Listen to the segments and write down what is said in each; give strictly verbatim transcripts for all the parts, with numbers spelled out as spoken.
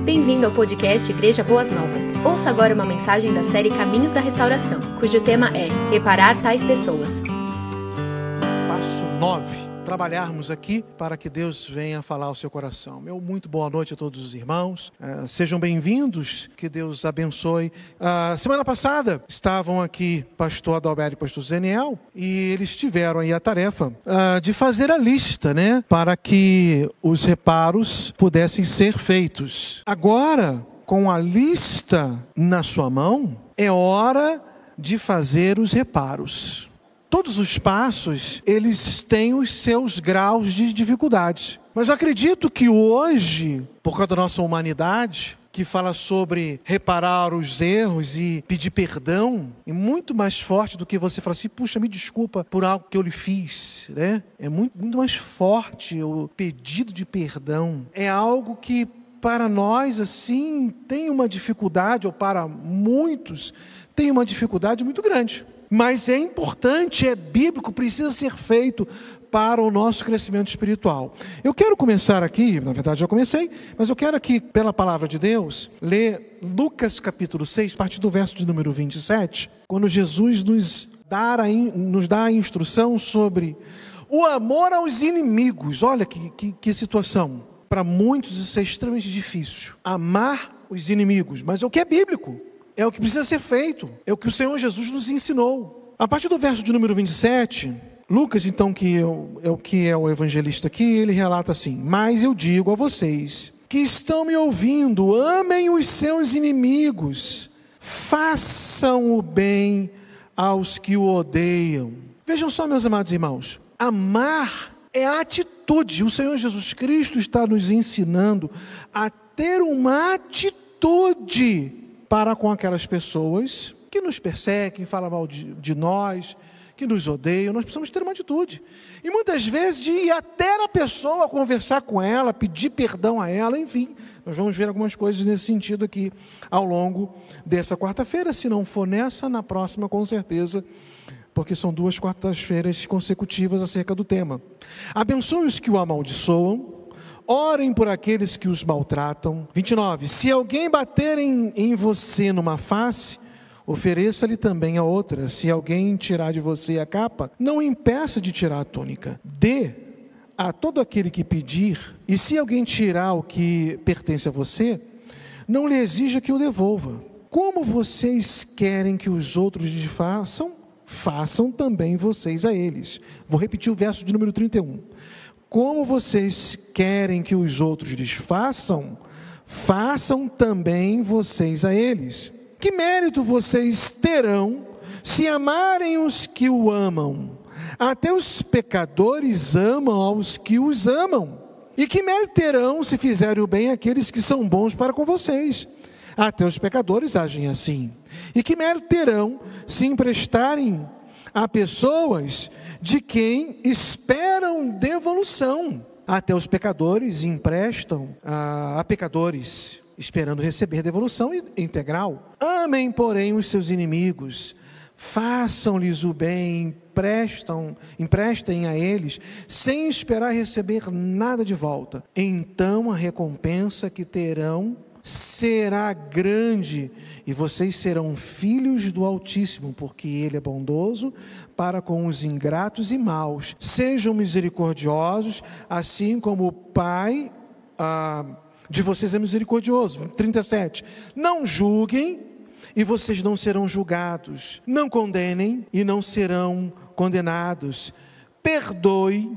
Bem-vindo ao podcast Igreja Boas Novas. Ouça agora uma mensagem da série Caminhos da Restauração, cujo tema é Reparar Tais Pessoas. Passo nove. Trabalharmos aqui para que Deus venha falar ao seu coração. Meu muito boa noite a todos os irmãos. Uh, sejam bem-vindos, que Deus abençoe. Uh, semana passada estavam aqui pastor Adalberto e pastor Zeniel e eles tiveram aí a tarefa uh, de fazer a lista, né, para que os reparos pudessem ser feitos. Agora, com a lista na sua mão, é hora de fazer os reparos. Todos os passos, eles têm os seus graus de dificuldade. Mas eu acredito que hoje, por causa da nossa humanidade, que fala sobre reparar os erros e pedir perdão, é muito mais forte do que você falar assim, puxa, me desculpa por algo que eu lhe fiz, né? É muito, muito mais forte o pedido de perdão. É algo que para nós, assim, tem uma dificuldade, ou para muitos, tem uma dificuldade muito grande. Mas é importante, é bíblico, precisa ser feito para o nosso crescimento espiritual. Eu quero começar aqui, na verdade já comecei, mas eu quero aqui, pela palavra de Deus, ler Lucas capítulo seis, a partir do verso de número vinte e sete, quando Jesus nos dá a, nos dá a instrução sobre o amor aos inimigos. Olha que, que, que situação. Para muitos isso é extremamente difícil, amar os inimigos, mas é o que é bíblico. É o que precisa ser feito. É o que o Senhor Jesus nos ensinou. A partir do verso de número vinte e sete, Lucas, então, que é o, é o que é o evangelista aqui, ele relata assim: mas eu digo a vocês que estão me ouvindo, amem os seus inimigos, façam o bem aos que o odeiam. Vejam só, meus amados irmãos, amar é a atitude. O Senhor Jesus Cristo está nos ensinando a ter uma atitude para com aquelas pessoas que nos perseguem, falam mal de, de nós, que nos odeiam. Nós precisamos ter uma atitude. E muitas vezes de ir até a pessoa, conversar com ela, pedir perdão a ela, enfim. Nós vamos ver algumas coisas nesse sentido aqui ao longo dessa quarta-feira. Se não for nessa, na próxima com certeza, porque são duas quartas-feiras consecutivas acerca do tema. Abençoe os que o amaldiçoam, orem por aqueles que os maltratam. vinte e nove. Se alguém bater em, em você numa face, ofereça-lhe também a outra. Se alguém tirar de você a capa, não impeça de tirar a túnica. Dê a todo aquele que pedir. E se alguém tirar o que pertence a você, não lhe exija que o devolva. Como vocês querem que os outros lhes façam, façam também vocês a eles. Vou repetir o verso de número trinta e um. Como vocês querem que os outros lhes façam, façam também vocês a eles. Que mérito vocês terão se amarem os que o amam? Até os pecadores amam aos que os amam. E que mérito terão se fizerem o bem àqueles que são bons para com vocês? Até os pecadores agem assim. E que mérito terão se emprestarem a pessoas de quem esperam devolução? Até os pecadores emprestam a, a pecadores, esperando receber devolução integral. Amem, porém, os seus inimigos, façam-lhes o bem, emprestam, emprestem a eles, sem esperar receber nada de volta. Então a recompensa que terão será grande, e vocês serão filhos do Altíssimo, porque Ele é bondoso para com os ingratos e maus. Sejam misericordiosos, assim como o Pai ah, de vocês é misericordioso. trinta e sete. Não julguem, e vocês não serão julgados. Não condenem, e não serão condenados. Perdoe,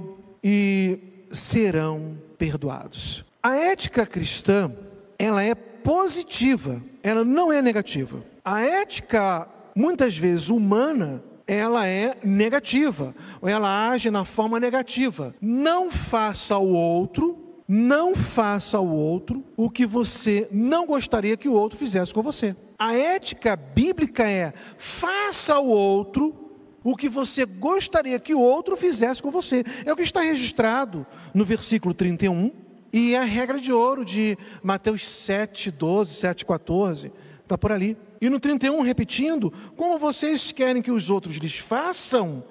e serão perdoados. A ética cristã, ela é positiva, ela não é negativa. A ética, muitas vezes humana, ela é negativa, ou ela age na forma negativa. Não faça ao outro, não faça ao outro o que você não gostaria que o outro fizesse com você. A ética bíblica é: faça ao outro o que você gostaria que o outro fizesse com você. É o que está registrado no versículo trinta e um. E a regra de ouro de Mateus sete, doze, sete, quatorze, está por ali. E no trinta e um, repetindo: como vocês querem que os outros lhes façam,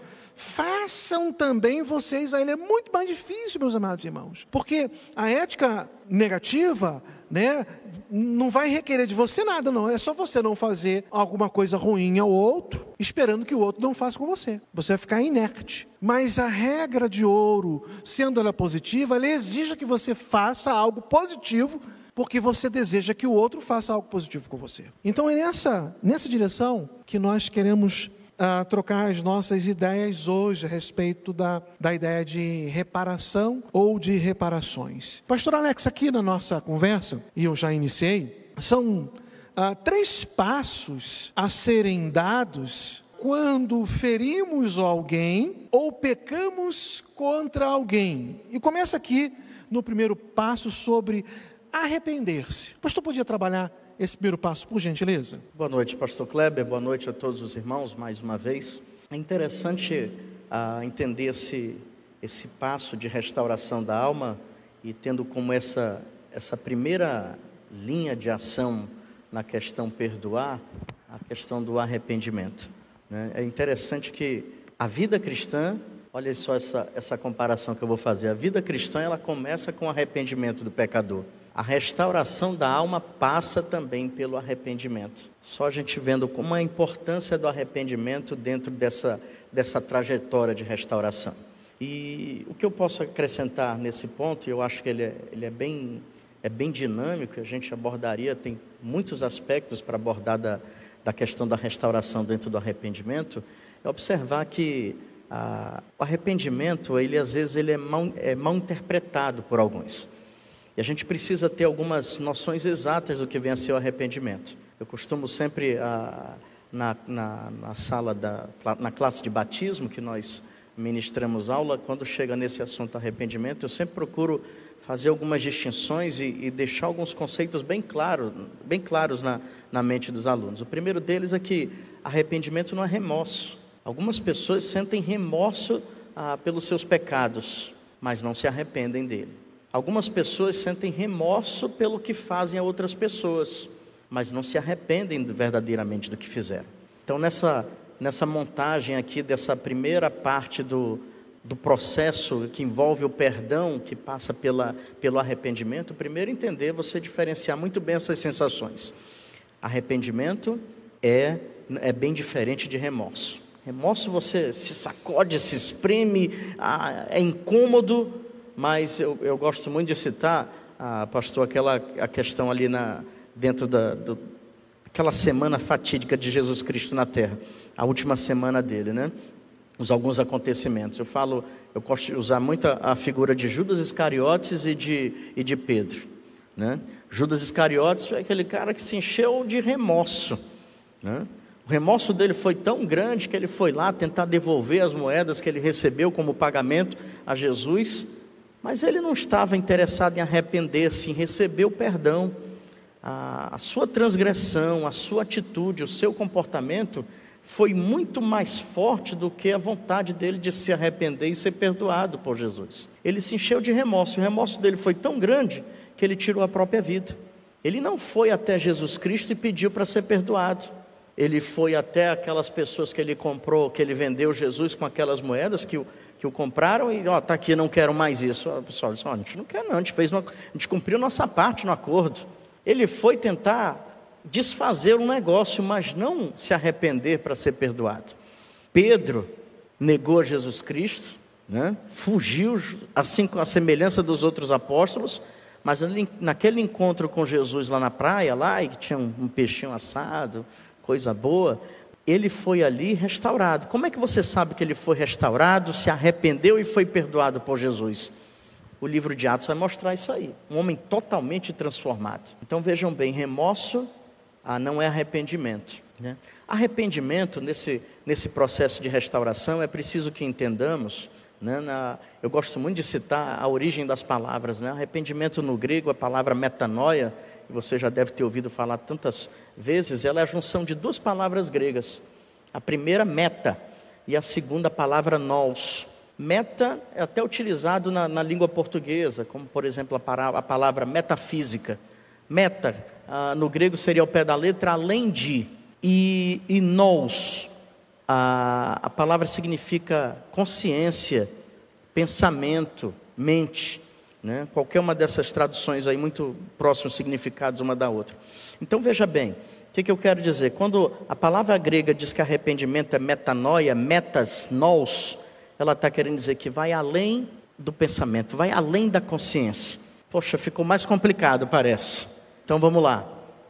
façam também vocês a ele. É muito mais difícil, meus amados irmãos, porque a ética negativa né? Não vai requerer de você nada, não. É só você não fazer alguma coisa ruim ao outro, esperando que o outro não faça com você. Você vai ficar inerte. Mas a regra de ouro, sendo ela positiva, ela exige que você faça algo positivo, porque você deseja que o outro faça algo positivo com você. Então é nessa, nessa direção que nós queremos Uh, trocar as nossas ideias hoje a respeito da, da ideia de reparação ou de reparações. Pastor Alex, aqui na nossa conversa, e eu já iniciei, são uh, três passos a serem dados quando ferimos alguém ou pecamos contra alguém. E começa aqui no primeiro passo sobre arrepender-se. O pastor podia trabalhar esse primeiro passo, por gentileza? Boa noite, pastor Kleber, boa noite a todos os irmãos, mais uma vez. É interessante ah, entender esse, esse passo de restauração da alma e tendo como essa, essa primeira linha de ação na questão perdoar, a questão do arrependimento, né? É interessante que a vida cristã, olha só essa, essa comparação que eu vou fazer, a vida cristã ela começa com o arrependimento do pecador. A restauração da alma passa também pelo arrependimento. Só a gente vendo como a importância do arrependimento dentro dessa, dessa trajetória de restauração. E o que eu posso acrescentar nesse ponto, e eu acho que ele é, ele é, bem, é bem dinâmico, a gente abordaria, tem muitos aspectos para abordar da, da questão da restauração dentro do arrependimento, é observar que a, o arrependimento, ele às vezes ele é, mal, é mal interpretado por alguns. E a gente precisa ter algumas noções exatas do que vem a ser o arrependimento. Eu costumo sempre, ah, na, na, na sala, da, na classe de batismo, que nós ministramos aula, quando chega nesse assunto arrependimento, eu sempre procuro fazer algumas distinções e, e deixar alguns conceitos bem, claro, bem claros na, na mente dos alunos. O primeiro deles é que arrependimento não é remorso. Algumas pessoas sentem remorso ah, pelos seus pecados, mas não se arrependem dele. Algumas pessoas sentem remorso pelo que fazem a outras pessoas, mas não se arrependem verdadeiramente do que fizeram. Então, nessa, nessa montagem aqui, dessa primeira parte do, do processo que envolve o perdão, que passa pela, pelo arrependimento, primeiro entender, você diferenciar muito bem essas sensações. Arrependimento é, é bem diferente de remorso. Remorso você se sacode, se espreme, ah, é incômodo. Mas eu, eu gosto muito de citar, ah, pastor, aquela a questão ali na, dentro da do, aquela semana fatídica de Jesus Cristo na Terra, a última semana dele, né? Os alguns acontecimentos. Eu falo, eu gosto de usar muito a, a figura de Judas Iscariotes e de, e de Pedro, né? Judas Iscariotes foi aquele cara que se encheu de remorso, né? O remorso dele foi tão grande que ele foi lá tentar devolver as moedas que ele recebeu como pagamento a Jesus. Mas ele não estava interessado em arrepender-se, em receber o perdão. A, a sua transgressão, a sua atitude, o seu comportamento foi muito mais forte do que a vontade dele de se arrepender e ser perdoado por Jesus. Ele se encheu de remorso, o remorso dele foi tão grande que ele tirou a própria vida. Ele não foi até Jesus Cristo e pediu para ser perdoado. Ele foi até aquelas pessoas que ele comprou, que ele vendeu Jesus com aquelas moedas que o que o compraram e, ó, está aqui, não quero mais isso. O pessoal disse, ó, a gente não quer não, a gente, fez uma, a gente cumpriu nossa parte no acordo. Ele foi tentar desfazer um negócio, mas não se arrepender para ser perdoado. Pedro negou Jesus Cristo, né? Fugiu, assim com a semelhança dos outros apóstolos, mas ali, naquele encontro com Jesus lá na praia, lá, e que tinha um, um peixinho assado, coisa boa, ele foi ali restaurado. Como é que você sabe que ele foi restaurado, se arrependeu e foi perdoado por Jesus? O livro de Atos vai mostrar isso aí. Um homem totalmente transformado. Então vejam bem, remorso ah, não é arrependimento, né? Arrependimento, nesse, nesse processo de restauração, é preciso que entendamos, né, na, eu gosto muito de citar a origem das palavras, né? Arrependimento no grego, a palavra metanoia, que você já deve ter ouvido falar tantas vezes, ela é a junção de duas palavras gregas. A primeira, meta, e a segunda, palavra nous. Meta é até utilizado na, na língua portuguesa, como por exemplo a, para, a palavra metafísica. Meta, ah, no grego seria ao pé da letra, além de. E, e nous, a, a palavra significa consciência, pensamento, mente. né? Qualquer uma dessas traduções aí, muito próximos significados uma da outra. Então veja bem, o que, que eu quero dizer? Quando a palavra grega diz que arrependimento é metanoia, metas, nous, ela está querendo dizer que vai além do pensamento, vai além da consciência. Poxa, ficou mais complicado, parece. Então vamos lá.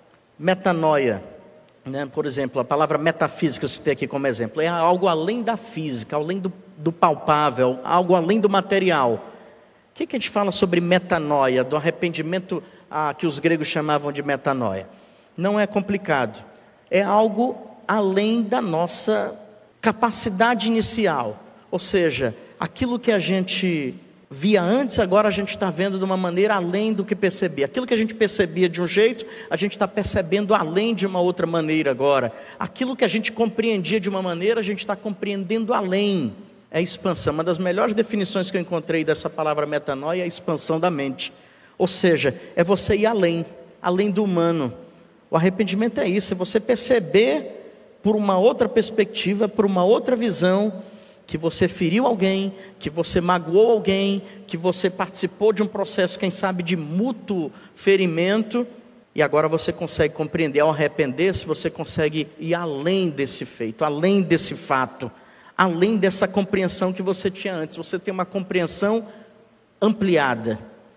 Metanoia, né? Por exemplo, a palavra metafísica eu citei aqui como exemplo, é algo além da física, além do, do palpável, algo além do material. O que, que a gente fala sobre metanoia, do arrependimento ah, que os gregos chamavam de metanoia? Não é complicado, é algo além da nossa capacidade inicial. Ou seja, aquilo que a gente via antes, agora a gente está vendo de uma maneira além do que percebia. Aquilo que a gente percebia de um jeito, a gente está percebendo além de uma outra maneira agora. Aquilo que a gente compreendia de uma maneira, a gente está compreendendo além. É expansão. Uma das melhores definições que eu encontrei dessa palavra metanoia é a expansão da mente. Ou seja, é você ir além, além do humano. O arrependimento é isso, é você perceber por uma outra perspectiva, por uma outra visão, que você feriu alguém, que você magoou alguém, que você participou de um processo, quem sabe, de mútuo ferimento, e agora você consegue compreender. Ao arrepender-se, você consegue ir além desse feito, além desse fato, além dessa compreensão que você tinha antes. Você tem uma compreensão ampliada,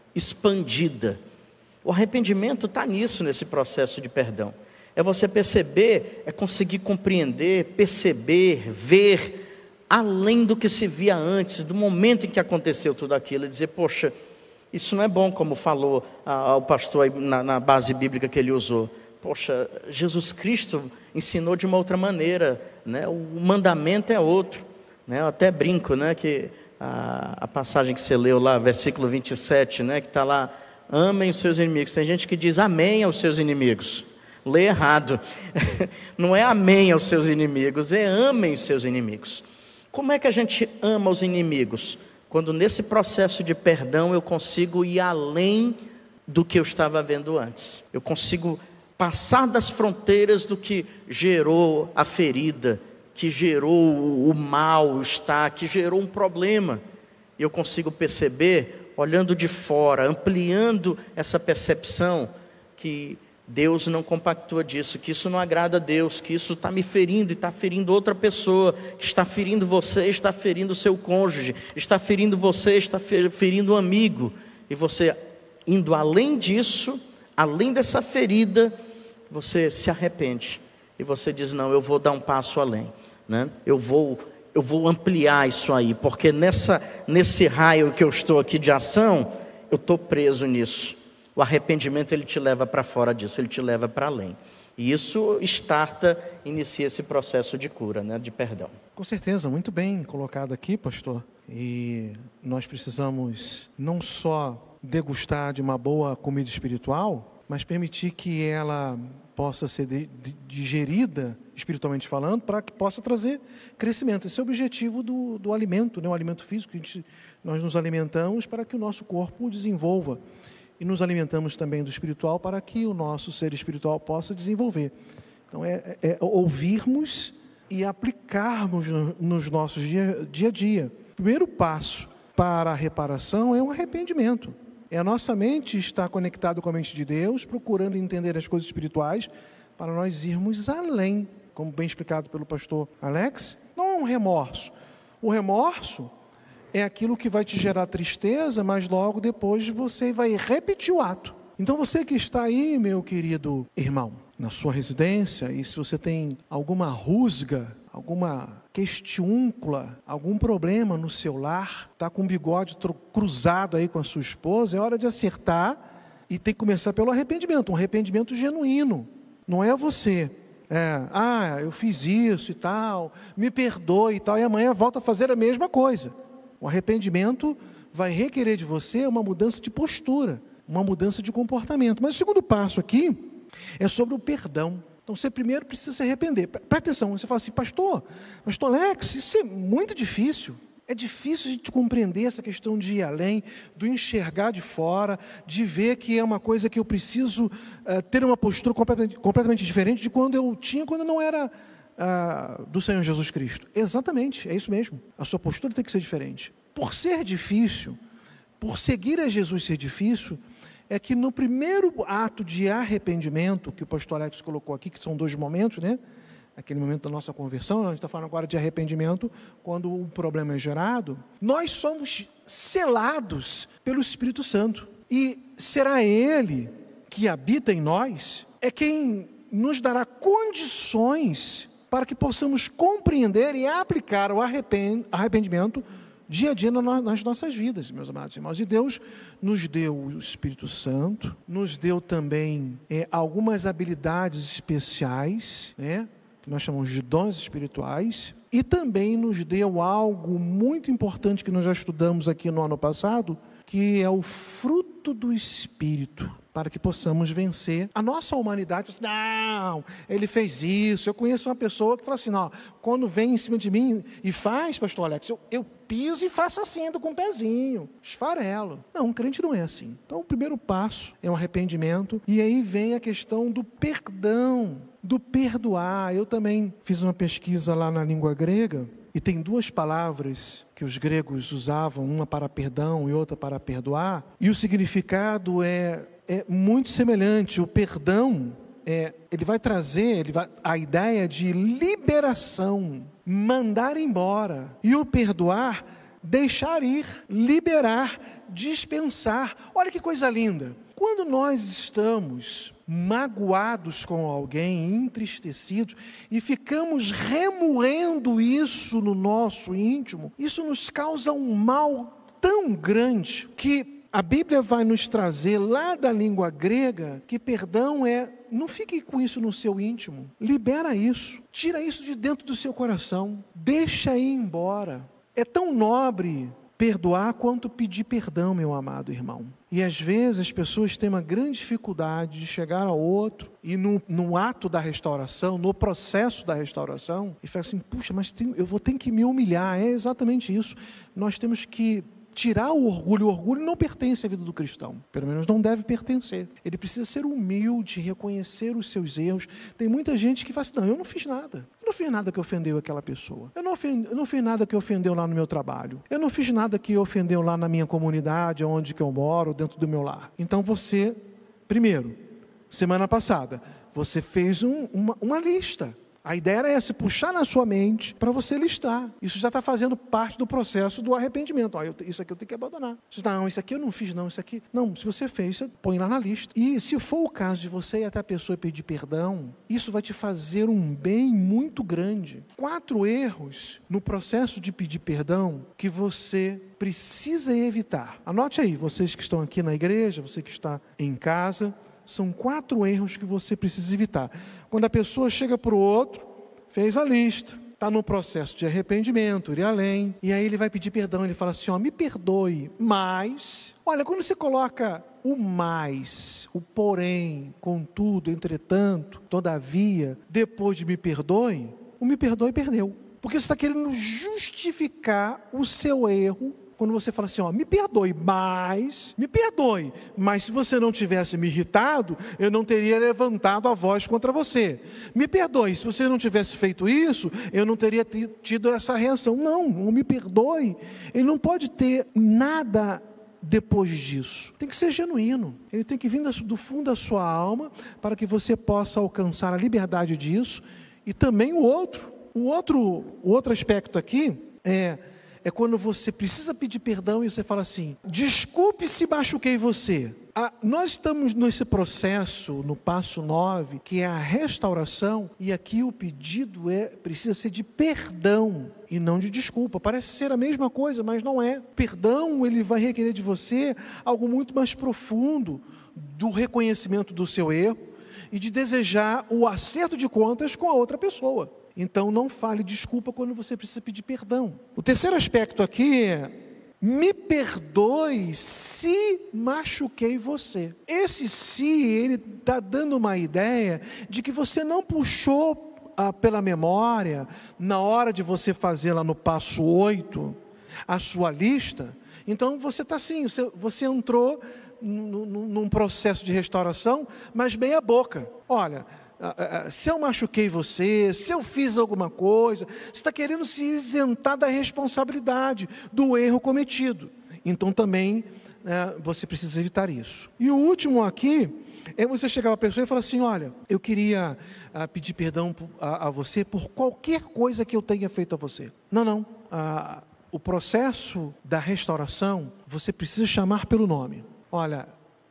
expandida. O arrependimento está nisso, nesse processo de perdão. É você perceber, é conseguir compreender, perceber, ver, além do que se via antes, do momento em que aconteceu tudo aquilo, e dizer, poxa, isso não é bom, como falou ah, o pastor aí na, na base bíblica que ele usou. Poxa, Jesus Cristo ensinou de uma outra maneira, né? O mandamento é outro, né? Eu até brinco, né, que a, a passagem que você leu lá, versículo vinte e sete, né, que está lá, amem os seus inimigos. Tem gente que diz amém aos seus inimigos. Lê errado. Não é amém aos seus inimigos, é amem os seus inimigos. Como é que a gente ama os inimigos? Quando nesse processo de perdão eu consigo ir além do que eu estava vendo antes. Eu consigo passar das fronteiras do que gerou a ferida, que gerou o mal-estar, que gerou um problema. E eu consigo perceber, olhando de fora, ampliando essa percepção, que Deus não compactua disso, que isso não agrada a Deus, que isso está me ferindo e está ferindo outra pessoa, que está ferindo você, está ferindo o seu cônjuge, está ferindo você, está ferindo um amigo. E você, indo além disso, além dessa ferida, você se arrepende. E você diz, não, eu vou dar um passo além, né? eu, vou, eu vou ampliar isso aí, porque nessa, nesse raio que eu estou aqui de ação, eu estou preso nisso. O arrependimento, ele te leva para fora disso, ele te leva para além. E isso starta, inicia esse processo de cura, né, de perdão. Com certeza, muito bem colocado aqui, pastor. E nós precisamos não só degustar de uma boa comida espiritual, mas permitir que ela possa ser de, de, digerida, espiritualmente falando, para que possa trazer crescimento. Esse é o objetivo do, do alimento, né, o alimento físico. A gente, nós nos alimentamos para que o nosso corpo desenvolva. E nos alimentamos também do espiritual para que o nosso ser espiritual possa desenvolver. Então, é, é ouvirmos e aplicarmos no, nos nossos dia, dia a dia. O primeiro passo para a reparação é um arrependimento. É a nossa mente estar conectada com a mente de Deus, procurando entender as coisas espirituais, para nós irmos além, como bem explicado pelo pastor Alex. Não é um remorso. O remorso é aquilo que vai te gerar tristeza, mas logo depois você vai repetir o ato. Então você que está aí, meu querido irmão, na sua residência, e se você tem alguma rusga, alguma questiúncula, algum problema no seu lar, está com o bigode cruzado aí com a sua esposa, é hora de acertar e tem que começar pelo arrependimento, um arrependimento genuíno. Não é você, é, ah, eu fiz isso e tal, me perdoe e tal, e amanhã volta a fazer a mesma coisa. O arrependimento vai requerer de você uma mudança de postura, uma mudança de comportamento. Mas o segundo passo aqui é sobre o perdão. Então você primeiro precisa se arrepender. Presta atenção, você fala assim, pastor, pastor Alex, isso é muito difícil. É difícil a gente compreender essa questão de ir além, do enxergar de fora, de ver que é uma coisa que eu preciso uh, ter uma postura completamente, completamente diferente de quando eu tinha, quando eu não era uh, do Senhor Jesus Cristo. Exatamente, é isso mesmo. A sua postura tem que ser diferente. Por ser difícil, por seguir a Jesus ser difícil, é que no primeiro ato de arrependimento, que o pastor Alex colocou aqui, que são dois momentos, né? Aquele momento da nossa conversão, a gente está falando agora de arrependimento, quando um problema é gerado, nós somos selados pelo Espírito Santo. E será Ele que habita em nós, é quem nos dará condições para que possamos compreender e aplicar o arrependimento dia a dia nas nossas vidas, meus amados irmãos. E Deus nos deu o Espírito Santo, nos deu também é, algumas habilidades especiais, né, que nós chamamos de dons espirituais, e também nos deu algo muito importante que nós já estudamos aqui no ano passado, que é o fruto do Espírito, para que possamos vencer a nossa humanidade. Não, ele fez isso. Eu conheço uma pessoa que fala assim, não, quando vem em cima de mim e faz, pastor Alex, eu, eu piso e faço assim, ando com o pezinho, esfarelo. Não, um crente não é assim. Então o primeiro passo é o arrependimento, e aí vem a questão do perdão, do perdoar. Eu também fiz uma pesquisa lá na língua grega, e tem duas palavras que os gregos usavam, uma para perdão e outra para perdoar, e o significado é, é muito semelhante. O perdão, é, ele vai trazer ele vai, a ideia de liberação, mandar embora, e o perdoar, deixar ir, liberar, dispensar. Olha que coisa linda. Quando nós estamos magoados com alguém, entristecidos, e ficamos remoendo isso no nosso íntimo, isso nos causa um mal tão grande, que a Bíblia vai nos trazer lá da língua grega, que perdão é, não fique com isso no seu íntimo, libera isso, tira isso de dentro do seu coração, deixa ir embora. É tão nobre perdoar quanto pedir perdão, meu amado irmão. E às vezes as pessoas têm uma grande dificuldade de chegar ao outro e no, no ato da restauração, no processo da restauração, e fala assim, puxa, mas tem, eu vou ter que me humilhar. É exatamente isso. Nós temos que tirar o orgulho. O orgulho não pertence à vida do cristão, pelo menos não deve pertencer. Ele precisa ser humilde, reconhecer os seus erros. Tem muita gente que fala assim, não, eu não fiz nada, eu não fiz nada que ofendeu aquela pessoa, eu não, ofendi, eu não fiz nada que ofendeu lá no meu trabalho, eu não fiz nada que ofendeu lá na minha comunidade, onde que eu moro, dentro do meu lar. Então você, primeiro, semana passada, você fez um, uma, uma lista. A ideia era essa, puxar na sua mente para você listar. Isso já está fazendo parte do processo do arrependimento. Ó, eu, isso aqui eu tenho que abandonar. Você, não, isso aqui eu não fiz, não. Isso aqui, não, se você fez, você põe lá na lista. E se for o caso de você ir até a pessoa pedir perdão, isso vai te fazer um bem muito grande. Quatro erros no processo de pedir perdão que você precisa evitar. Anote aí, vocês que estão aqui na igreja, você que está em casa. São quatro erros que você precisa evitar. Quando a pessoa chega para o outro, fez a lista, está no processo de arrependimento, ir além, e aí ele vai pedir perdão, ele fala assim, ó, me perdoe, mas... Olha, quando você coloca o mais, o porém, contudo, entretanto, todavia, depois de me perdoe, o me perdoe perdeu. Porque você está querendo justificar o seu erro. Quando você fala assim, ó, me perdoe, mas, me perdoe, mas se você não tivesse me irritado, eu não teria levantado a voz contra você. Me perdoe, se você não tivesse feito isso, eu não teria tido essa reação. Não, o me perdoe, ele não pode ter nada depois disso. Tem que ser genuíno, ele tem que vir do fundo da sua alma, para que você possa alcançar a liberdade disso. E também o outro, o outro, o outro aspecto aqui é... É quando você precisa pedir perdão e você fala assim, desculpe se machuquei você. Ah, nós estamos nesse processo, no passo nove, que é a restauração, e aqui o pedido é, precisa ser de perdão e não de desculpa. Parece ser a mesma coisa, mas não é. Perdão, ele vai requerer de você algo muito mais profundo, do reconhecimento do seu erro e de desejar o acerto de contas com a outra pessoa. Então não fale desculpa quando você precisa pedir perdão. O terceiro aspecto aqui é, me perdoe se machuquei você. Esse se, ele está dando uma ideia de que você não puxou ah, pela memória, na hora de você fazer lá no passo oito, a sua lista. Então você está assim, você, você entrou num, num processo de restauração, mas bem a boca. Olha... se eu machuquei você, se eu fiz alguma coisa, você está querendo se isentar da responsabilidade do erro cometido. Então também é, você precisa evitar isso. E o último aqui é você chegar para a pessoa e falar assim: olha, eu queria ah, pedir perdão a, a você por qualquer coisa que eu tenha feito a você. Não, não. Ah, o processo da restauração, você precisa chamar pelo nome. Olha,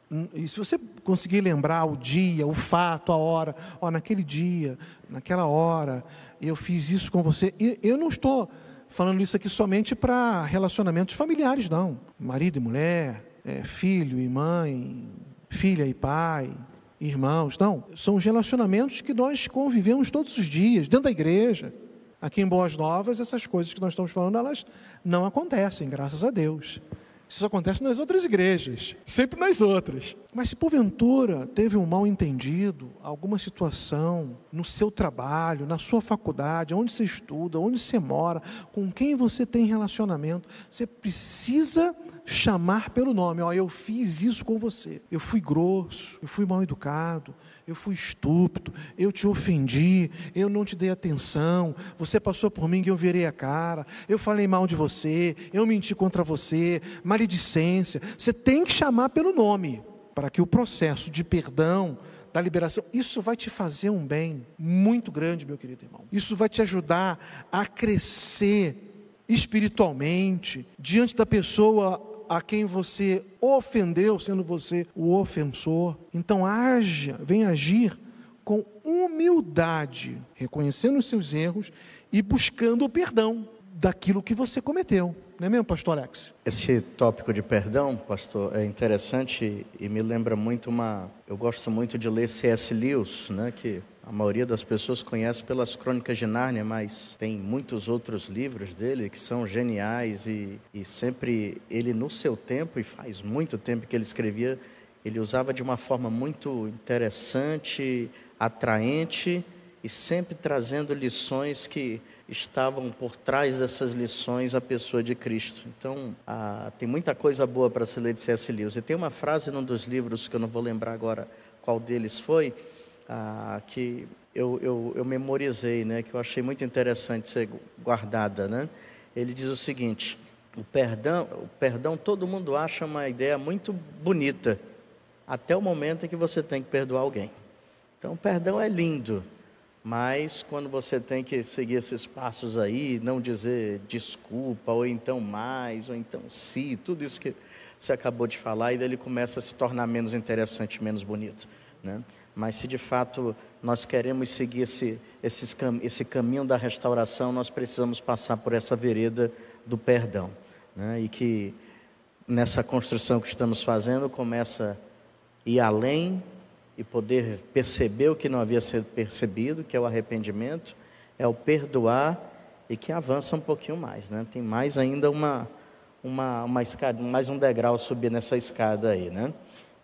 e se você conseguir lembrar o dia, o fato, a hora, ó, naquele dia, naquela hora, eu fiz isso com você. E eu não estou falando isso aqui somente para relacionamentos familiares, não. Marido e mulher, é, filho e mãe, filha e pai, irmãos, não. São os relacionamentos que nós convivemos todos os dias, dentro da igreja. Aqui em Boas Novas, essas coisas que nós estamos falando, elas não acontecem, graças a Deus. Isso acontece nas outras igrejas, sempre nas outras. Mas se porventura teve um mal entendido, alguma situação no seu trabalho, na sua faculdade, onde você estuda, onde você mora, com quem você tem relacionamento, você precisa chamar pelo nome. Ó, eu fiz isso com você, eu fui grosso, eu fui mal educado, eu fui estúpido, eu te ofendi, eu não te dei atenção, você passou por mim e eu virei a cara, eu falei mal de você, eu menti contra você, maledicência. Você tem que chamar pelo nome, para que o processo de perdão, da liberação, isso vai te fazer um bem muito grande, meu querido irmão. Isso vai te ajudar a crescer espiritualmente, diante da pessoa a quem você ofendeu, sendo você o ofensor. Então haja, vem agir com humildade, reconhecendo os seus erros e buscando o perdão daquilo que você cometeu. Não é mesmo, pastor Alex? Esse tópico de perdão, pastor, é interessante e me lembra muito uma... Eu gosto muito de ler C S Lewis, né, que a maioria das pessoas conhece pelas Crônicas de Nárnia, mas tem muitos outros livros dele que são geniais e, e sempre ele, no seu tempo, e faz muito tempo que ele escrevia, ele usava de uma forma muito interessante, atraente e sempre trazendo lições que estavam por trás dessas lições a pessoa de Cristo. Então, ah, tem muita coisa boa para se ler de C S Lewis. E tem uma frase num dos livros, que eu não vou lembrar agora qual deles foi, ah, que eu, eu, eu memorizei, né, que eu achei muito interessante ser guardada, né? Ele diz o seguinte: o perdão, o perdão todo mundo acha uma ideia muito bonita, até o momento em que você tem que perdoar alguém. Então, o perdão é lindo, mas quando você tem que seguir esses passos aí, não dizer desculpa, ou então mais, ou então sim, tudo isso que você acabou de falar, e daí ele começa a se tornar menos interessante, menos bonito, né? Mas se de fato nós queremos seguir esse, esse, esse caminho da restauração, nós precisamos passar por essa vereda do perdão, né? E que nessa construção que estamos fazendo, começa a ir além e poder perceber o que não havia sido percebido, que é o arrependimento, é o perdoar, e que avança um pouquinho mais, né? Tem mais ainda uma, uma, uma escada, mais um degrau a subir nessa escada aí, né?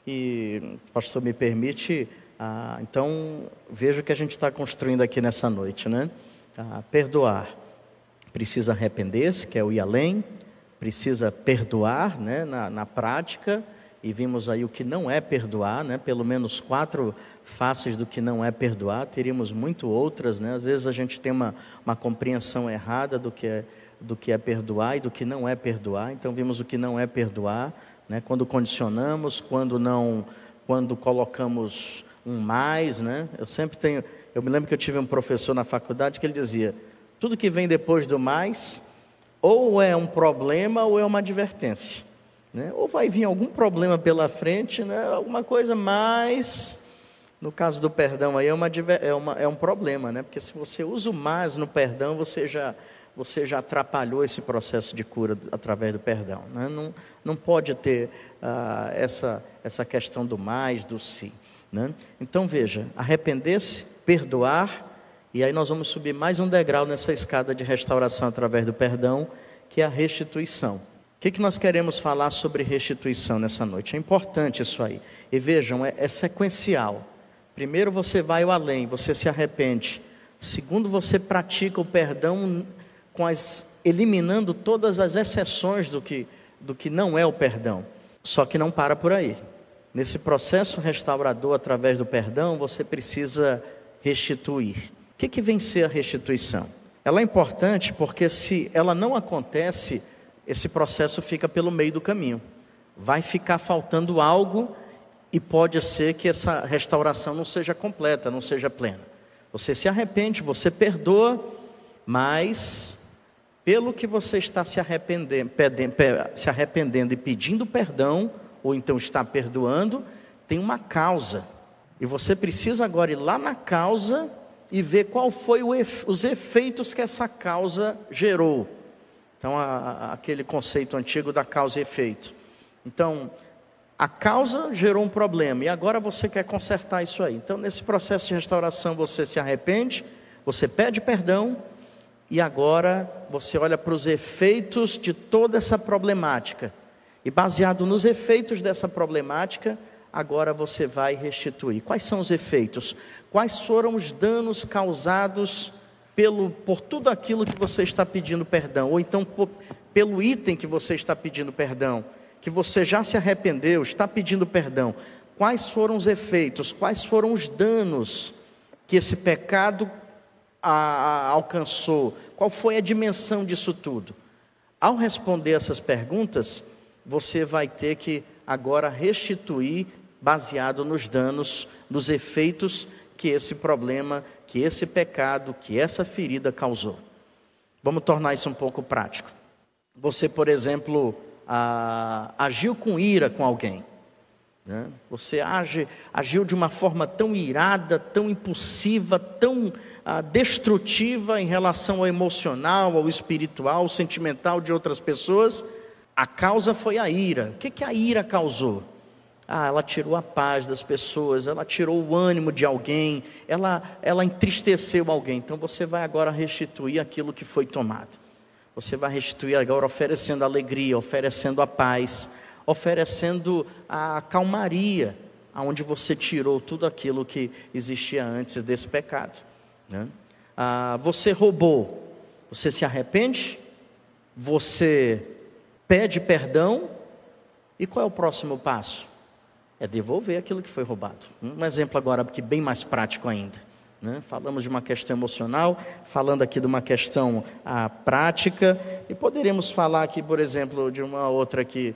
E, pastor, me permite, ah, então, veja o que a gente está construindo aqui nessa noite, né? Ah, perdoar, precisa arrepender-se, que é o ir além, precisa perdoar, né, na, na prática. E vimos aí o que não é perdoar, né? Pelo menos quatro faces do que não é perdoar. Teríamos muito outras, né? Às vezes a gente tem uma, uma compreensão errada do que, é, do que é perdoar e do que não é perdoar. Então vimos o que não é perdoar, né? Quando condicionamos, quando não, quando colocamos um mais, né? Eu sempre tenho, eu me lembro que eu tive um professor na faculdade que ele dizia: tudo que vem depois do mais, ou é um problema ou é uma advertência. Né? Ou vai vir algum problema pela frente, né? Alguma coisa mais, no caso do perdão aí é, uma, é, uma, é um problema, né? Porque se você usa o mais no perdão, você já, você já atrapalhou esse processo de cura através do perdão, né? Não, não pode ter ah, essa, essa questão do mais, do si, né? Então veja, arrepender-se, perdoar, e aí nós vamos subir mais um degrau nessa escada de restauração através do perdão, que é a restituição. O que, que nós queremos falar sobre restituição nessa noite? É importante isso aí. E vejam, é, é sequencial. Primeiro você vai ao além, você se arrepende. Segundo, você pratica o perdão com as, eliminando todas as exceções do que, do que não é o perdão. Só que não para por aí. Nesse processo restaurador, através do perdão, você precisa restituir. O que, que vem ser a restituição? Ela é importante porque se ela não acontece, esse processo fica pelo meio do caminho. vai ficar faltando algo e pode ser que essa restauração não seja completa, não seja plena. Você se arrepende, você perdoa, mas pelo que você está se arrependendo, se arrependendo e pedindo perdão, ou então está perdoando, tem uma causa. E você precisa agora ir lá na causa e ver qual foi o efe, os efeitos que essa causa gerou. Então, a, a, aquele conceito antigo da causa e efeito. Então, a causa gerou um problema e agora você quer consertar isso aí. Então, nesse processo de restauração, você se arrepende, você pede perdão e agora você olha para os efeitos de toda essa problemática. E baseado nos efeitos dessa problemática, agora você vai restituir. Quais são os efeitos? Quais foram os danos causados pelo, por tudo aquilo que você está pedindo perdão? Ou então por, pelo item que você está pedindo perdão, que você já se arrependeu, está pedindo perdão. Quais foram os efeitos? Quais foram os danos que esse pecado a, a, alcançou? Qual foi a dimensão disso tudo? Ao responder essas perguntas, você vai ter que agora restituir baseado nos danos, nos efeitos que esse problema, que esse pecado, que essa ferida causou. Vamos tornar isso um pouco prático. Você, por exemplo, ah, agiu com ira com alguém, né? Você age, agiu de uma forma tão irada, tão impulsiva, tão ah, destrutiva em relação ao emocional, ao espiritual, ao sentimental de outras pessoas. A causa foi a ira. O que, que a ira causou? Ah, ela tirou a paz das pessoas, ela tirou o ânimo de alguém, ela, ela entristeceu alguém. Então você vai agora restituir aquilo que foi tomado. Você vai restituir agora oferecendo alegria, oferecendo a paz, oferecendo a calmaria, aonde você tirou tudo aquilo que existia antes desse pecado, né? Ah, você roubou, você se arrepende, você pede perdão, e qual é o próximo passo? É devolver aquilo que foi roubado. Um exemplo agora que bem mais prático ainda, né? Falamos de uma questão emocional, falando aqui de uma questão ah, prática, e poderíamos falar aqui, por exemplo, de uma outra que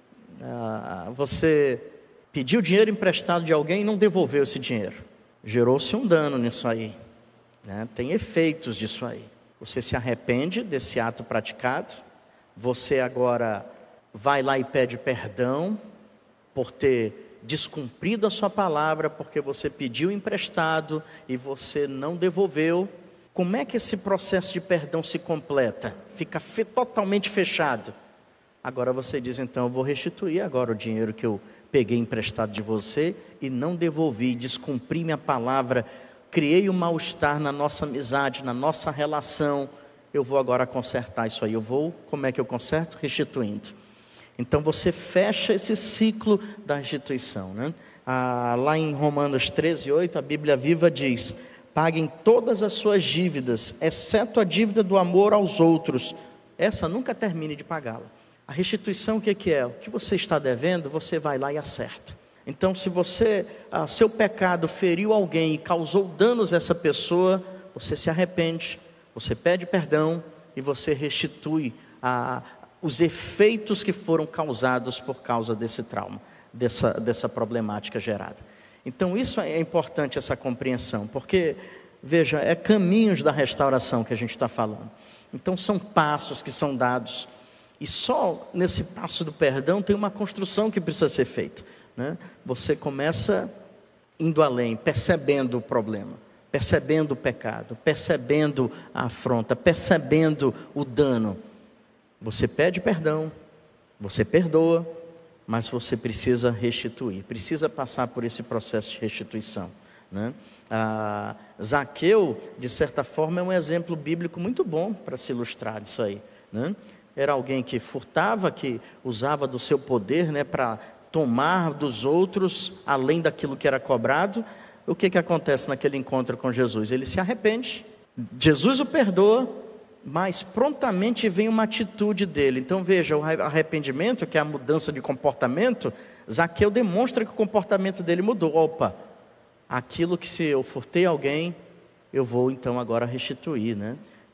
ah, você pediu dinheiro emprestado de alguém e não devolveu esse dinheiro. Gerou-se um dano nisso aí, né? Tem efeitos disso aí. Você se arrepende desse ato praticado, você agora vai lá e pede perdão por ter descumprido a sua palavra, porque você pediu emprestado e você não devolveu. Como é que esse processo de perdão se completa? Fica fe- totalmente fechado. Agora você diz, então, eu vou restituir agora o dinheiro que eu peguei emprestado de você e não devolvi, descumpri minha palavra, criei um mal-estar na nossa amizade, na nossa relação. Eu vou agora consertar isso aí. Eu vou, como é que eu conserto? Restituindo. Então você fecha esse ciclo da restituição, né? Ah, lá em Romanos treze, oito, a Bíblia Viva diz: paguem todas as suas dívidas, exceto a dívida do amor aos outros. Essa nunca termine de pagá-la. A restituição, o que, que é? O que você está devendo, você vai lá e acerta. Então, se você, ah, seu pecado feriu alguém e causou danos a essa pessoa, você se arrepende, você pede perdão e você restitui a os efeitos que foram causados por causa desse trauma, dessa, dessa problemática gerada. Então isso é importante, essa compreensão, porque, veja, é caminhos da restauração que a gente está falando. Então são passos que são dados, e só nesse passo do perdão tem uma construção que precisa ser feita, né? Você começa indo além, percebendo o problema, percebendo o pecado, percebendo a afronta, percebendo o dano. Você pede perdão, você perdoa, mas você precisa restituir, precisa passar por esse processo de restituição, né? Ah, Zaqueu, de certa forma, é um exemplo bíblico muito bom para se ilustrar isso aí, né? Era alguém que furtava, que usava do seu poder, né, para tomar dos outros, além daquilo que era cobrado. O que, que acontece naquele encontro com Jesus? Ele se arrepende, Jesus o perdoa, mas prontamente vem uma atitude dele. Então veja, o arrependimento, que é a mudança de comportamento, Zaqueu demonstra que o comportamento dele mudou. Opa, aquilo que se eu furtei alguém, eu vou então agora restituir, né?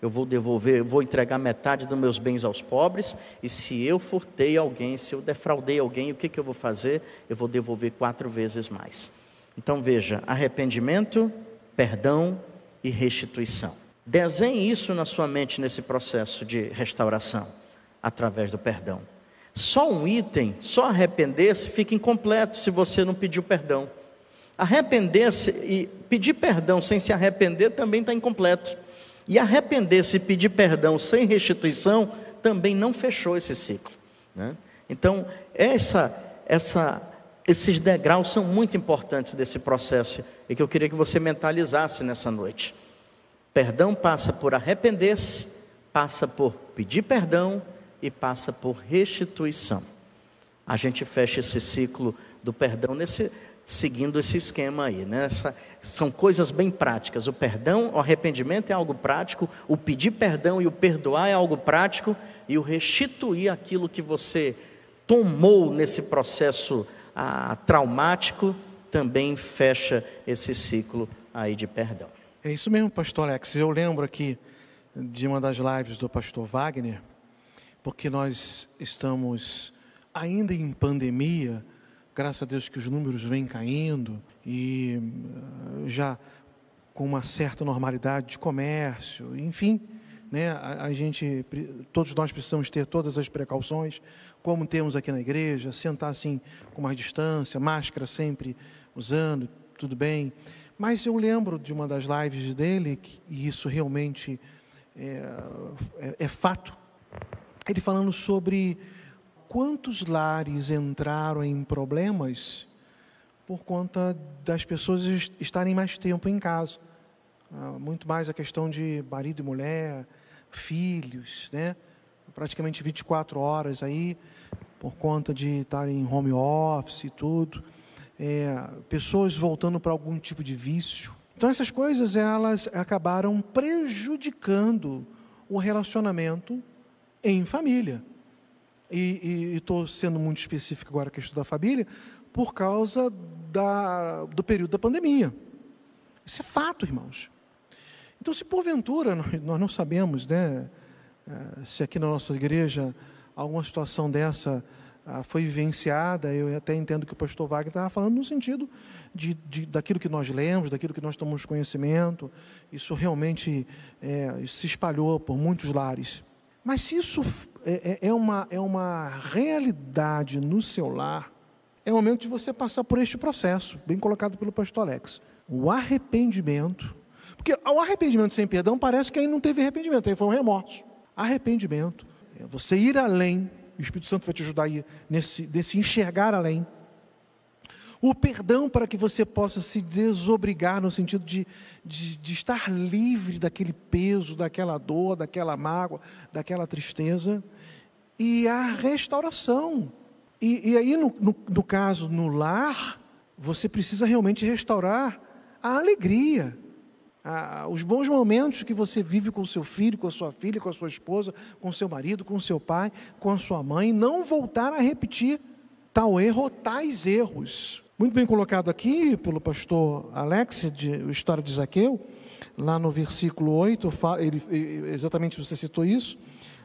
eu vou devolver, eu vou entregar metade dos meus bens aos pobres, e se eu furtei alguém, se eu defraudei alguém, o que, que eu vou fazer? Eu vou devolver quatro vezes mais. Então veja, arrependimento, perdão e restituição. Desenhe isso na sua mente nesse processo de restauração, através do perdão. Só um item, só arrepender-se fica incompleto se você não pediu perdão. Arrepender-se e pedir perdão sem se arrepender também está incompleto. E arrepender-se e pedir perdão sem restituição também não fechou esse ciclo, né? Então, essa, essa, esses degraus são muito importantes desse processo e que eu queria que você mentalizasse nessa noite. Perdão passa por arrepender-se, passa por pedir perdão e passa por restituição. A gente fecha esse ciclo do perdão nesse, seguindo esse esquema aí, né? Essa, são coisas bem práticas. O perdão, o arrependimento é algo prático, o pedir perdão e o perdoar é algo prático, e o restituir aquilo que você tomou nesse processo ah, traumático também fecha esse ciclo aí de perdão. É isso mesmo, pastor Alex. Eu lembro aqui de uma das lives do pastor Wagner, porque nós estamos ainda em pandemia, graças a Deus que os números vêm caindo, e já com uma certa normalidade de comércio, enfim, né, a, a gente, todos nós precisamos ter todas as precauções, como temos aqui na igreja, sentar assim com mais distância, máscara sempre usando, tudo bem. Mas eu lembro de uma das lives dele, e isso realmente é, é, é fato, ele falando sobre quantos lares entraram em problemas por conta das pessoas estarem mais tempo em casa. Muito mais a questão de marido e mulher, filhos, né? Praticamente vinte e quatro horas aí, por conta de estarem em home office e tudo. É, pessoas voltando para algum tipo de vício. Então essas coisas, elas acabaram prejudicando o relacionamento em família. E estou sendo muito específico agora a questão da família, por causa da, do período da pandemia. Isso é fato, irmãos. Então, se porventura, nós, nós não sabemos, né, se aqui na nossa igreja alguma situação dessa foi vivenciada, eu até entendo que o pastor Wagner estava falando no sentido de, de, daquilo que nós lemos, daquilo que nós tomamos conhecimento, isso realmente é, isso se espalhou por muitos lares. Mas se isso é, é, uma, é uma realidade no seu lar, é o momento de você passar por este processo, bem colocado pelo pastor Alex. O arrependimento, porque o arrependimento sem perdão parece que aí não teve arrependimento, aí foi um remorso. Arrependimento é você ir além, o Espírito Santo vai te ajudar aí nesse, nesse enxergar além. O perdão para que você possa se desobrigar no sentido de, de, de estar livre daquele peso, daquela dor, daquela mágoa, daquela tristeza. E a restauração. E, e aí, no, no, no caso, no lar, você precisa realmente restaurar a alegria. A, os bons momentos que você vive com o seu filho, com a sua filha, com a sua esposa, com o seu marido, com o seu pai, com a sua mãe. Não voltar a repetir tal erro ou tais erros. Muito bem colocado aqui pelo pastor Alex, de a história de Zaqueu, lá no versículo oito, ele, exatamente você citou isso,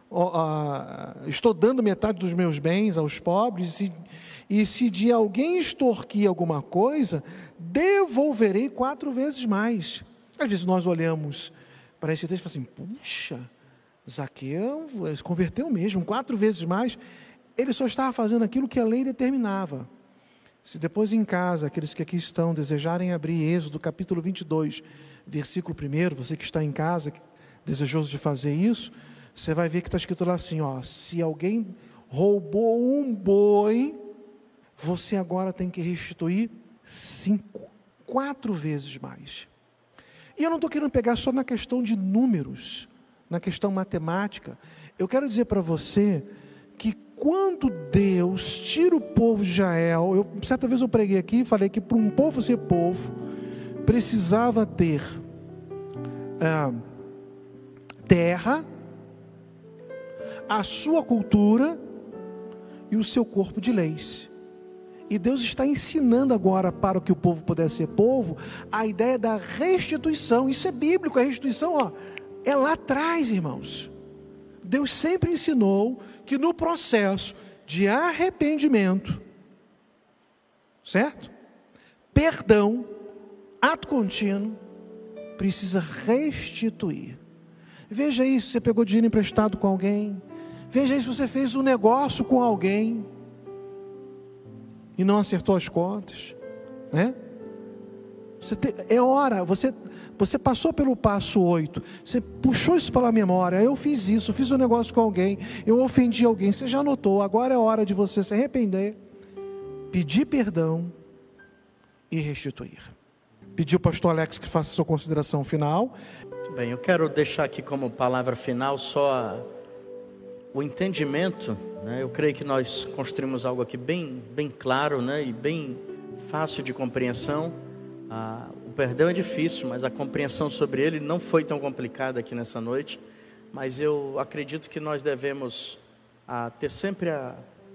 estou dando metade dos meus bens aos pobres, e, e se de alguém extorquir alguma coisa, devolverei quatro vezes mais. Às vezes nós olhamos para esse texto e falamos assim, puxa, Zaqueu se converteu mesmo, quatro vezes mais. Ele só estava fazendo aquilo que a lei determinava. Se depois em casa, aqueles que aqui estão desejarem abrir Êxodo capítulo vinte e dois, versículo um, você que está em casa, desejoso de fazer isso, você vai ver que está escrito lá assim, ó, se alguém roubou um boi, você agora tem que restituir cinco, quatro vezes mais. E eu não estou querendo pegar só na questão de números, na questão matemática. Eu quero dizer para você que quando Deus tira o povo de Israel, eu, certa vez eu preguei aqui e falei que para um povo ser povo, precisava ter ah, terra, a sua cultura e o seu corpo de leis. E Deus está ensinando agora, para que o povo pudesse ser povo, a ideia da restituição. Isso é bíblico, a restituição, ó, É lá atrás, irmãos. Deus sempre ensinou que no processo de arrependimento, certo? Perdão, ato contínuo, precisa restituir. Veja isso, você pegou dinheiro emprestado com alguém. Veja isso, você fez um negócio com alguém e não acertou as contas, né? Você te, é hora, você, você passou pelo passo oito, você puxou isso pela memória, eu fiz isso, fiz um negócio com alguém, eu ofendi alguém, você já notou, agora é hora de você se arrepender, pedir perdão e restituir. Pedir ao pastor Alex que faça a sua consideração final. Muito bem, eu quero deixar aqui como palavra final só a, o entendimento, né? Eu creio que nós construímos algo aqui bem, bem claro, né? E bem fácil de compreensão. Ah, o perdão é difícil, mas a compreensão sobre ele não foi tão complicada aqui nessa noite. Mas eu acredito que nós devemos ah, ter sempre a,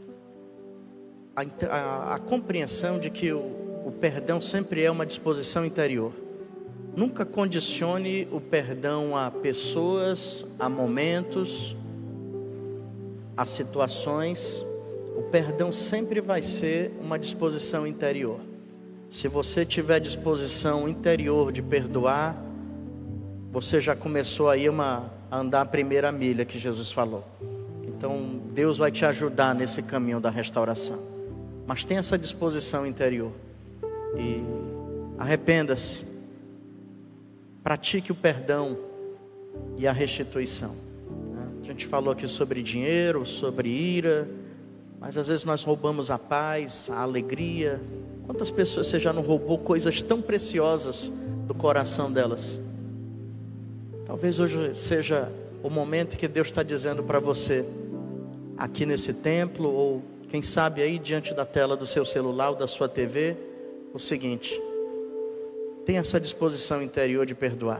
a, a, a compreensão de que o, o perdão sempre é uma disposição interior. Nunca condicione o perdão a pessoas, a momentos, a situações. O perdão sempre vai ser uma disposição interior. Se você tiver disposição interior de perdoar, você já começou aí uma, a andar a primeira milha que Jesus falou. Então Deus vai te ajudar nesse caminho da restauração. Mas tenha essa disposição interior. E arrependa-se. Pratique o perdão e a restituição. A gente falou aqui sobre dinheiro, sobre ira, mas às vezes nós roubamos a paz, a alegria. Quantas pessoas você já não roubou coisas tão preciosas do coração delas? Talvez hoje seja o momento que Deus está dizendo para você, aqui nesse templo, ou quem sabe aí diante da tela do seu celular ou da sua T V, o seguinte: tenha essa disposição interior de perdoar.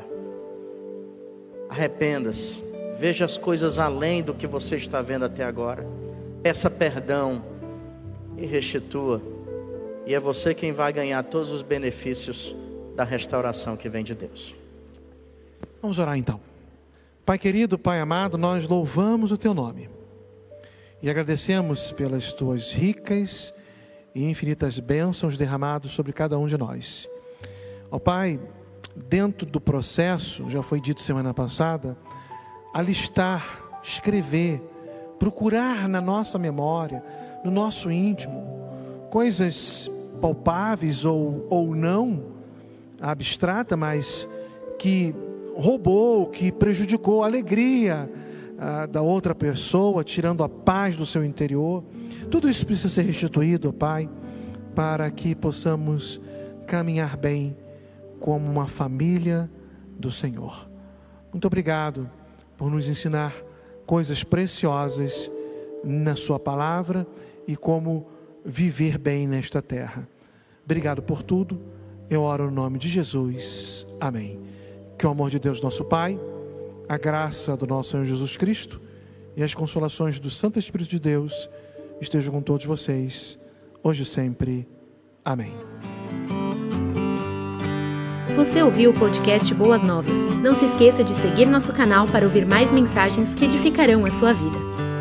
Arrependa-se, veja as coisas além do que você está vendo até agora, peça perdão e restitua. E é você quem vai ganhar todos os benefícios da restauração que vem de Deus. Vamos orar então. Pai querido, Pai amado, nós louvamos o Teu nome e agradecemos pelas Tuas ricas e infinitas bênçãos derramadas sobre cada um de nós. Ó Pai, dentro do processo, já foi dito semana passada, alistar, escrever, procurar na nossa memória, no nosso íntimo, coisas palpáveis ou, ou não, abstrata, mas que roubou, que prejudicou a alegria ah, da outra pessoa, tirando a paz do seu interior. Tudo isso precisa ser restituído, ó Pai, para que possamos caminhar bem como uma família do Senhor. Muito obrigado por nos ensinar coisas preciosas na Sua palavra e como viver bem nesta terra. Obrigado por tudo. Eu oro no nome de Jesus. Amém. Que o amor de Deus, nosso Pai, a graça do nosso Senhor Jesus Cristo e as consolações do Santo Espírito de Deus estejam com todos vocês, hoje e sempre. Amém. Você ouviu o podcast Boas Novas? Não se esqueça de seguir nosso canal para ouvir mais mensagens que edificarão a sua vida.